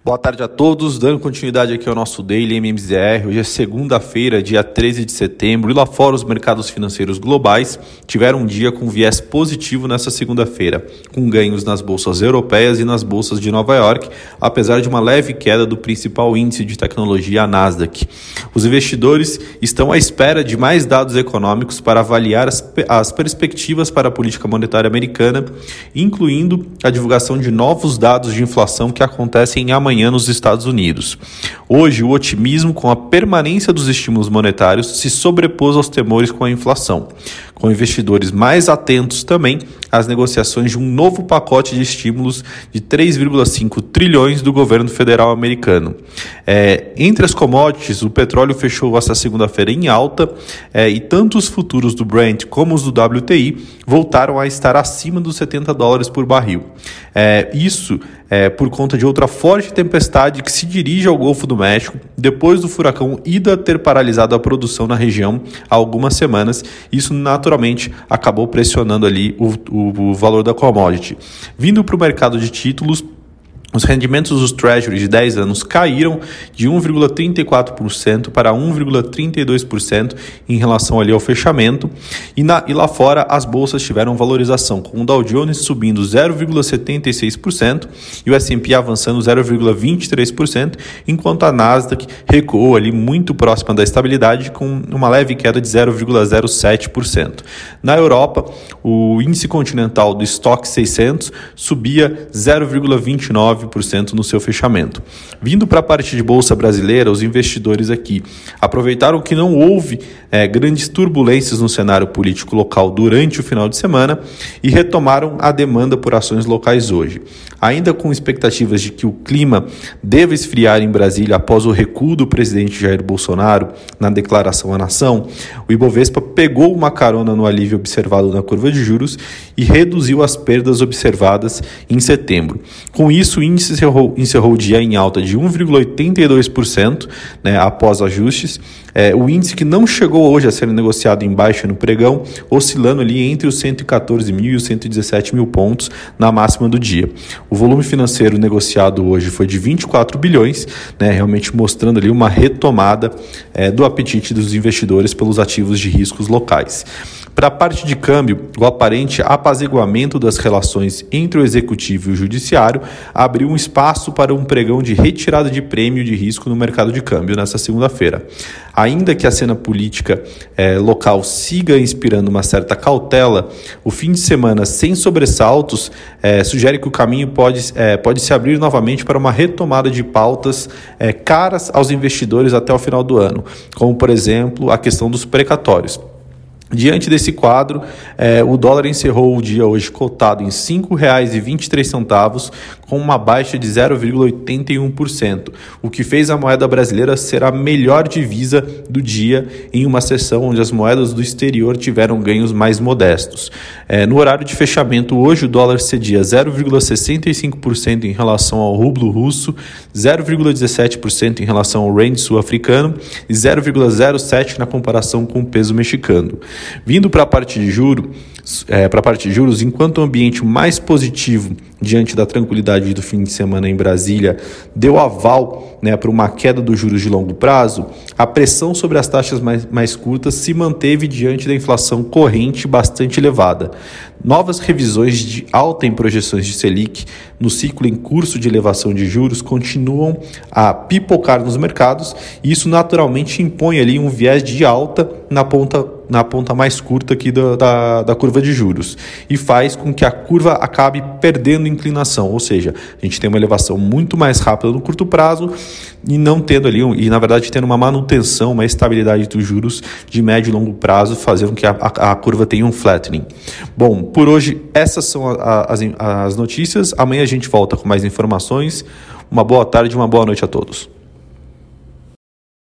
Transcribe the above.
Boa tarde a todos, dando continuidade aqui ao nosso Daily MMZR. Hoje é segunda-feira, dia 13 de setembro, e lá fora os mercados financeiros globais tiveram um dia com viés positivo nessa segunda-feira, com ganhos nas bolsas europeias e nas bolsas de Nova York, apesar de uma leve queda do principal índice de tecnologia, a Nasdaq. Os investidores estão à espera de mais dados econômicos para avaliar as perspectivas para a política monetária americana, incluindo a divulgação de novos dados de inflação que acontecem amanhã nos Estados Unidos. Hoje, o otimismo com a permanência dos estímulos monetários se sobrepôs aos temores com a inflação, com investidores mais atentos também às negociações de um novo pacote de estímulos de 3,5 trilhões do governo federal americano. Entre as commodities, o petróleo fechou essa segunda-feira em alta e tanto os futuros do Brent como os do WTI voltaram a estar acima dos $70 por barril. Isso por conta de outra forte tempestade que se dirige ao Golfo do México, depois do furacão Ida ter paralisado a produção na região há algumas semanas. Isso naturalmente acabou pressionando ali o valor da commodity. Vindo para o mercado de títulos, os rendimentos dos Treasuries de 10 anos caíram de 1,34% para 1,32% em relação ali ao fechamento. E lá fora as bolsas tiveram valorização, com o Dow Jones subindo 0,76% e o S&P avançando 0,23%, enquanto a Nasdaq recuou ali muito próxima da estabilidade, com uma leve queda de 0,07%. Na Europa, o índice continental do Stoxx 600 subia 0,29% no seu fechamento. Vindo para a parte de bolsa brasileira, os investidores aqui aproveitaram que não houve grandes turbulências no cenário político local durante o final de semana e retomaram a demanda por ações locais hoje. Ainda com expectativas de que o clima deva esfriar em Brasília após o recuo do presidente Jair Bolsonaro na declaração à nação, o Ibovespa pegou uma carona no alívio observado na curva de juros e reduziu as perdas observadas em setembro. Com isso, o índice encerrou o dia em alta de 1,82%, após ajustes. O índice que não chegou hoje a ser negociado em baixa no pregão, oscilando ali entre os 114 mil e os 117 mil pontos na máxima do dia. O volume financeiro negociado hoje foi de 24 bilhões, realmente mostrando ali uma retomada do apetite dos investidores pelos ativos de riscos locais. Para a parte de câmbio, o aparente apaziguamento das relações entre o executivo e o judiciário abriu um espaço para um pregão de retirada de prêmio de risco no mercado de câmbio nesta segunda-feira. Ainda que a cena política local siga inspirando uma certa cautela, o fim de semana sem sobressaltos sugere que o caminho pode se abrir novamente para uma retomada de pautas caras aos investidores até o final do ano, como, por exemplo, a questão dos precatórios. Diante desse quadro, o dólar encerrou o dia hoje cotado em R$ 5,23, com uma baixa de 0,81%, o que fez a moeda brasileira ser a melhor divisa do dia em uma sessão onde as moedas do exterior tiveram ganhos mais modestos. No horário de fechamento, hoje o dólar cedia 0,65% em relação ao rublo russo, 0,17% em relação ao rand sul-africano e 0,07% na comparação com o peso mexicano. Vindo para a parte de juros, enquanto o ambiente mais positivo diante da tranquilidade do fim de semana em Brasília deu aval para uma queda dos juros de longo prazo, a pressão sobre as taxas mais curtas se manteve diante da inflação corrente bastante elevada. Novas revisões de alta em projeções de Selic no ciclo em curso de elevação de juros continuam a pipocar nos mercados, e isso naturalmente impõe ali um viés de alta na ponta mais curta aqui da curva de juros, e faz com que a curva acabe perdendo inclinação, ou seja, a gente tem uma elevação muito mais rápida no curto prazo e não tendo ali, na verdade tendo uma manutenção, uma estabilidade dos juros de médio e longo prazo, fazendo que a curva tenha um flattening. Bom, por hoje essas são as notícias. Amanhã a gente volta com mais informações. Uma boa tarde e uma boa noite a todos.